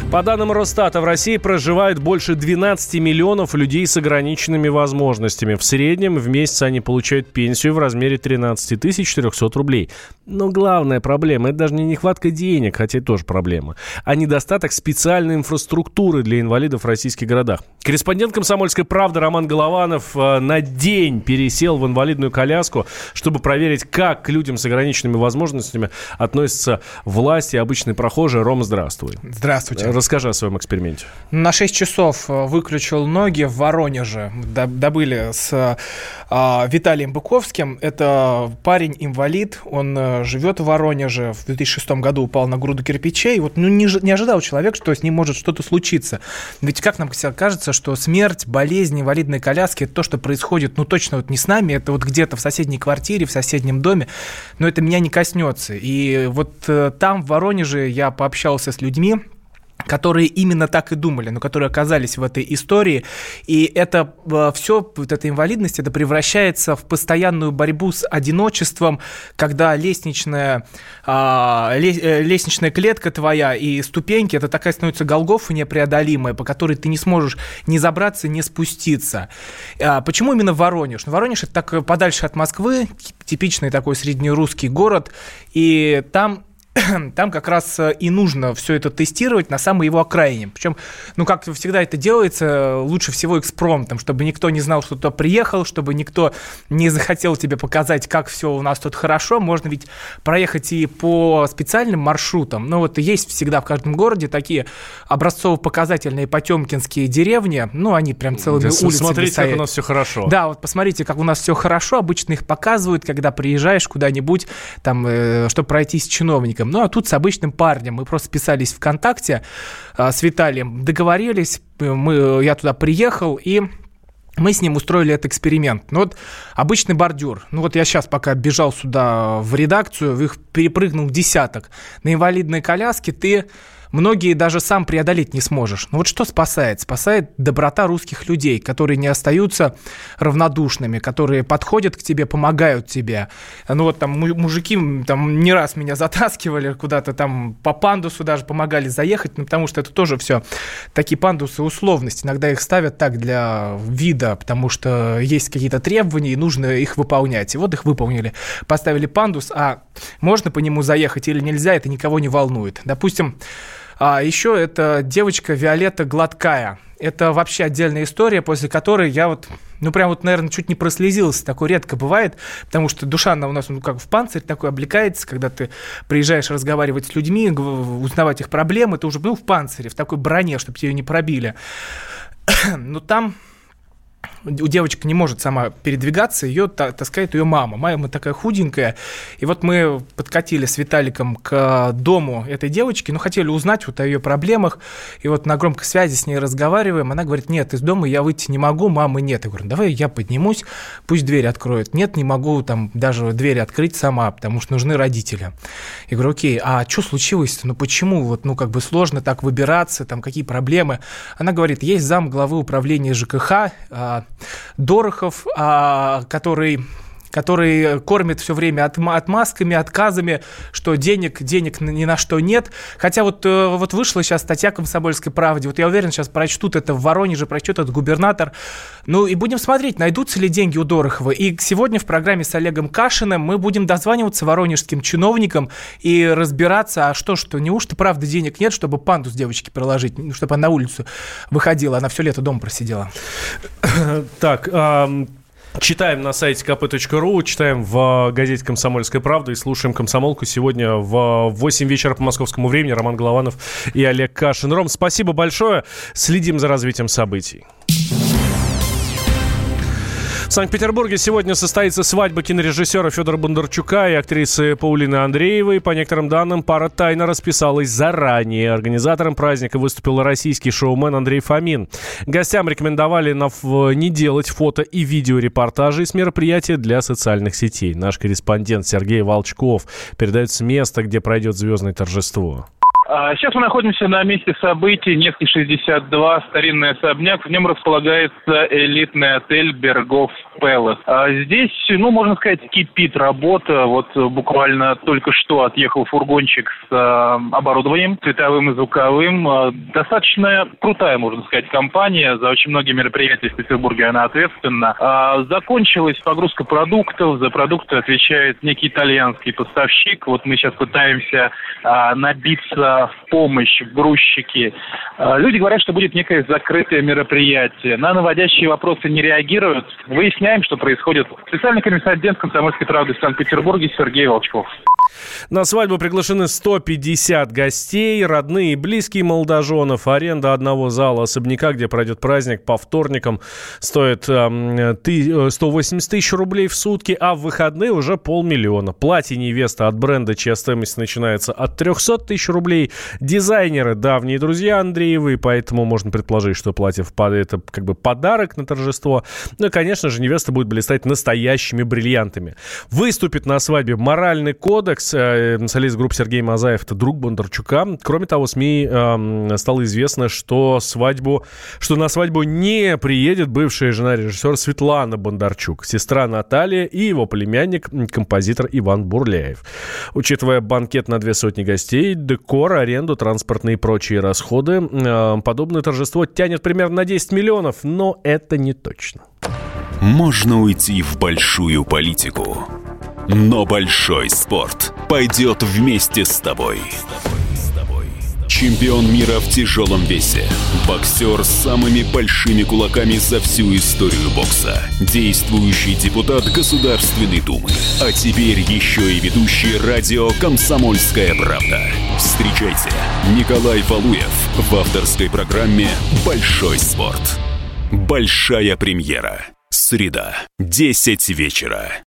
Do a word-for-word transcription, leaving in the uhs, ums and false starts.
По данным Росстата, в России проживает больше двенадцать миллионов людей с ограниченными возможностями. В среднем в месяц они получают пенсию в размере тринадцать тысяч четыреста рублей. Но главная проблема – это даже не нехватка денег, хотя это тоже проблема, а недостаток специальной инфраструктуры для инвалидов в российских городах. Корреспондент «Комсомольской правды» Роман Голованов на день пересел в инвалидную коляску, чтобы проверить, как к людям с ограниченными возможностями относятся власти и обычные прохожие. Рома, здравствуй. Здравствуйте. Расскажи о своем эксперименте. На шесть часов выключил ноги в Воронеже. Добыли с а, Виталием Быковским. Это парень-инвалид. Он живет в Воронеже. В две тысячи шестом году упал на груду кирпичей. Вот, ну, не, не ожидал человек, что с ним может что-то случиться. Ведь как нам кажется, что смерть, болезнь, инвалидные коляски – это то, что происходит, ну, точно вот не с нами. Это вот где-то в соседней квартире, в соседнем доме. Но это меня не коснется. И вот там, в Воронеже, я пообщался с людьми, которые именно так и думали, но которые оказались в этой истории. И это все, вот эта инвалидность, это превращается в постоянную борьбу с одиночеством, когда лестничная, а, лестничная клетка твоя и ступеньки, это такая становится Голгофа непреодолимая, по которой ты не сможешь ни забраться, ни спуститься. А почему именно Воронеж? Ну, Воронеж – это так подальше от Москвы, типичный такой среднерусский город, и там... Там как раз и нужно все это тестировать на самой его окраине. Причем, ну, как всегда это делается, лучше всего экспромтом, чтобы никто не знал, что туда приехал, чтобы никто не захотел тебе показать, как все у нас тут хорошо. Можно ведь проехать и по специальным маршрутам. Ну, вот есть всегда в каждом городе такие образцово-показательные потемкинские деревни. Ну, они прям целыми да, улицами смотрите, стоят. как у нас все хорошо. Да, вот посмотрите, как у нас все хорошо. Обычно их показывают, когда приезжаешь куда-нибудь, там, э, чтобы пройтись с чиновником. Ну, а тут с обычным парнем. Мы просто списались ВКонтакте а, с Виталием, договорились, мы, я туда приехал, и мы с ним устроили этот эксперимент. Ну, вот обычный бордюр. Ну, вот я сейчас, пока бежал сюда в редакцию, их перепрыгнул десяток. На инвалидной коляске ты... Многие даже сам преодолеть не сможешь. Но вот что спасает? Спасает доброта русских людей, которые не остаются равнодушными, которые подходят к тебе, помогают тебе. Ну вот там мужики там не раз меня затаскивали куда-то там по пандусу даже помогали заехать, ну, потому что это тоже все такие пандусы условности. Иногда их ставят так для вида, потому что есть какие-то требования и нужно их выполнять. И вот их выполнили. Поставили пандус, а можно по нему заехать или нельзя, это никого не волнует. Допустим, А еще это девочка Виолетта Гладкая. Это вообще отдельная история, после которой я вот, ну, прям вот, наверное, чуть не прослезился. Такое редко бывает, потому что душа, она у нас, ну, как в панцирь такой облекается, когда ты приезжаешь разговаривать с людьми, узнавать их проблемы, ты уже был в панцире, в такой броне, чтобы тебя не пробили. Но там... У девочки не может сама передвигаться, ее таскает ее мама. Мама такая худенькая. И вот мы подкатили с Виталиком к дому этой девочки, ну, хотели узнать вот о ее проблемах. И вот на громкой связи с ней разговариваем. Она говорит: нет, из дома я выйти не могу, мамы нет. Я говорю: давай я поднимусь, пусть дверь откроет. Нет, не могу там даже дверь открыть сама, потому что нужны родители. Я говорю: окей, а что случилось-то? Ну, почему? Вот, ну, как бы сложно так выбираться, там какие проблемы? Она говорит: есть зам главы управления ЖКХ, Дорохов, который... который кормит все время отмазками, отказами, что денег, денег ни на что нет. Хотя вот, вот вышла сейчас статья «Комсомольской правде». Вот я уверен, сейчас прочтут это в Воронеже, прочтет этот губернатор. Ну и будем смотреть, найдутся ли деньги у Дорохова. И сегодня в программе с Олегом Кашиным мы будем дозваниваться воронежским чиновникам и разбираться, а что, что неужто правда денег нет, чтобы пандус девочке проложить, чтобы она на улицу выходила, она все лето дома просидела. Так, читаем на сайте ка пэ точка ру, читаем в газете «Комсомольская правда» и слушаем «Комсомолку» сегодня в восемь вечера по московскому времени. Роман Голованов и Олег Кашин. Ром, спасибо большое. Следим за развитием событий. В Санкт-Петербурге сегодня состоится свадьба кинорежиссера Федора Бондарчука и актрисы Паулины Андреевой. По некоторым данным, пара тайно расписалась заранее. Организатором праздника выступил российский шоумен Андрей Фомин. Гостям рекомендовали не делать фото и видеорепортажи с мероприятия для социальных сетей. Наш корреспондент Сергей Волчков передает с места, где пройдет звездное торжество. Сейчас мы находимся на месте событий, Невский шестьдесят два, старинный особняк. В нем располагается элитный отель «Бергоф Palace. А здесь, ну, можно сказать, кипит работа. Вот буквально только что отъехал фургончик с э, оборудованием цветовым и звуковым. Э, достаточно крутая, можно сказать, компания. За очень многие мероприятия в Петербурге она ответственна. Э, закончилась погрузка продуктов. За продукты отвечает некий итальянский поставщик. Вот мы сейчас пытаемся э, набиться в помощь в грузчики. Э, люди говорят, что будет некое закрытое мероприятие. На наводящие вопросы не реагируют. Выясняем, что происходит. Специальный корреспондент «Комсомольской правды» в Санкт-Петербурге Сергей Волчков. На свадьбу приглашены сто пятьдесят гостей, родные и близкие молодоженов. Аренда одного зала особняка, где пройдет праздник, по вторникам стоит э, сто восемьдесят тысяч рублей в сутки, а в выходные уже полмиллиона. Платье невеста от бренда, чья стоимость начинается от триста тысяч рублей. Дизайнеры — давние друзья Андреевы, поэтому можно предположить, что платье это как бы подарок на торжество. Ну и, конечно же, невеста будет блистать настоящими бриллиантами. Выступит на свадьбе «Моральный кодекс». Солист группы Сергей Мазаев — это друг Бондарчука. Кроме того, СМИ э, стало известно, что свадьбу, что на свадьбу не приедет бывшая жена режиссера Светлана Бондарчук, сестра Наталья и его племянник, композитор Иван Бурляев. Учитывая банкет на две сотни гостей, декор, аренду, транспортные и прочие расходы, э, подобное торжество тянет примерно на десять миллионов, но это не точно. Можно уйти в большую политику, но большой спорт пойдет вместе с тобой. Чемпион мира в тяжелом весе. Боксер с самыми большими кулаками за всю историю бокса. Действующий депутат Государственной Думы. А теперь еще и ведущий радио «Комсомольская правда». Встречайте, Николай Валуев в авторской программе «Большой спорт». Большая премьера. Среда, десять вечера.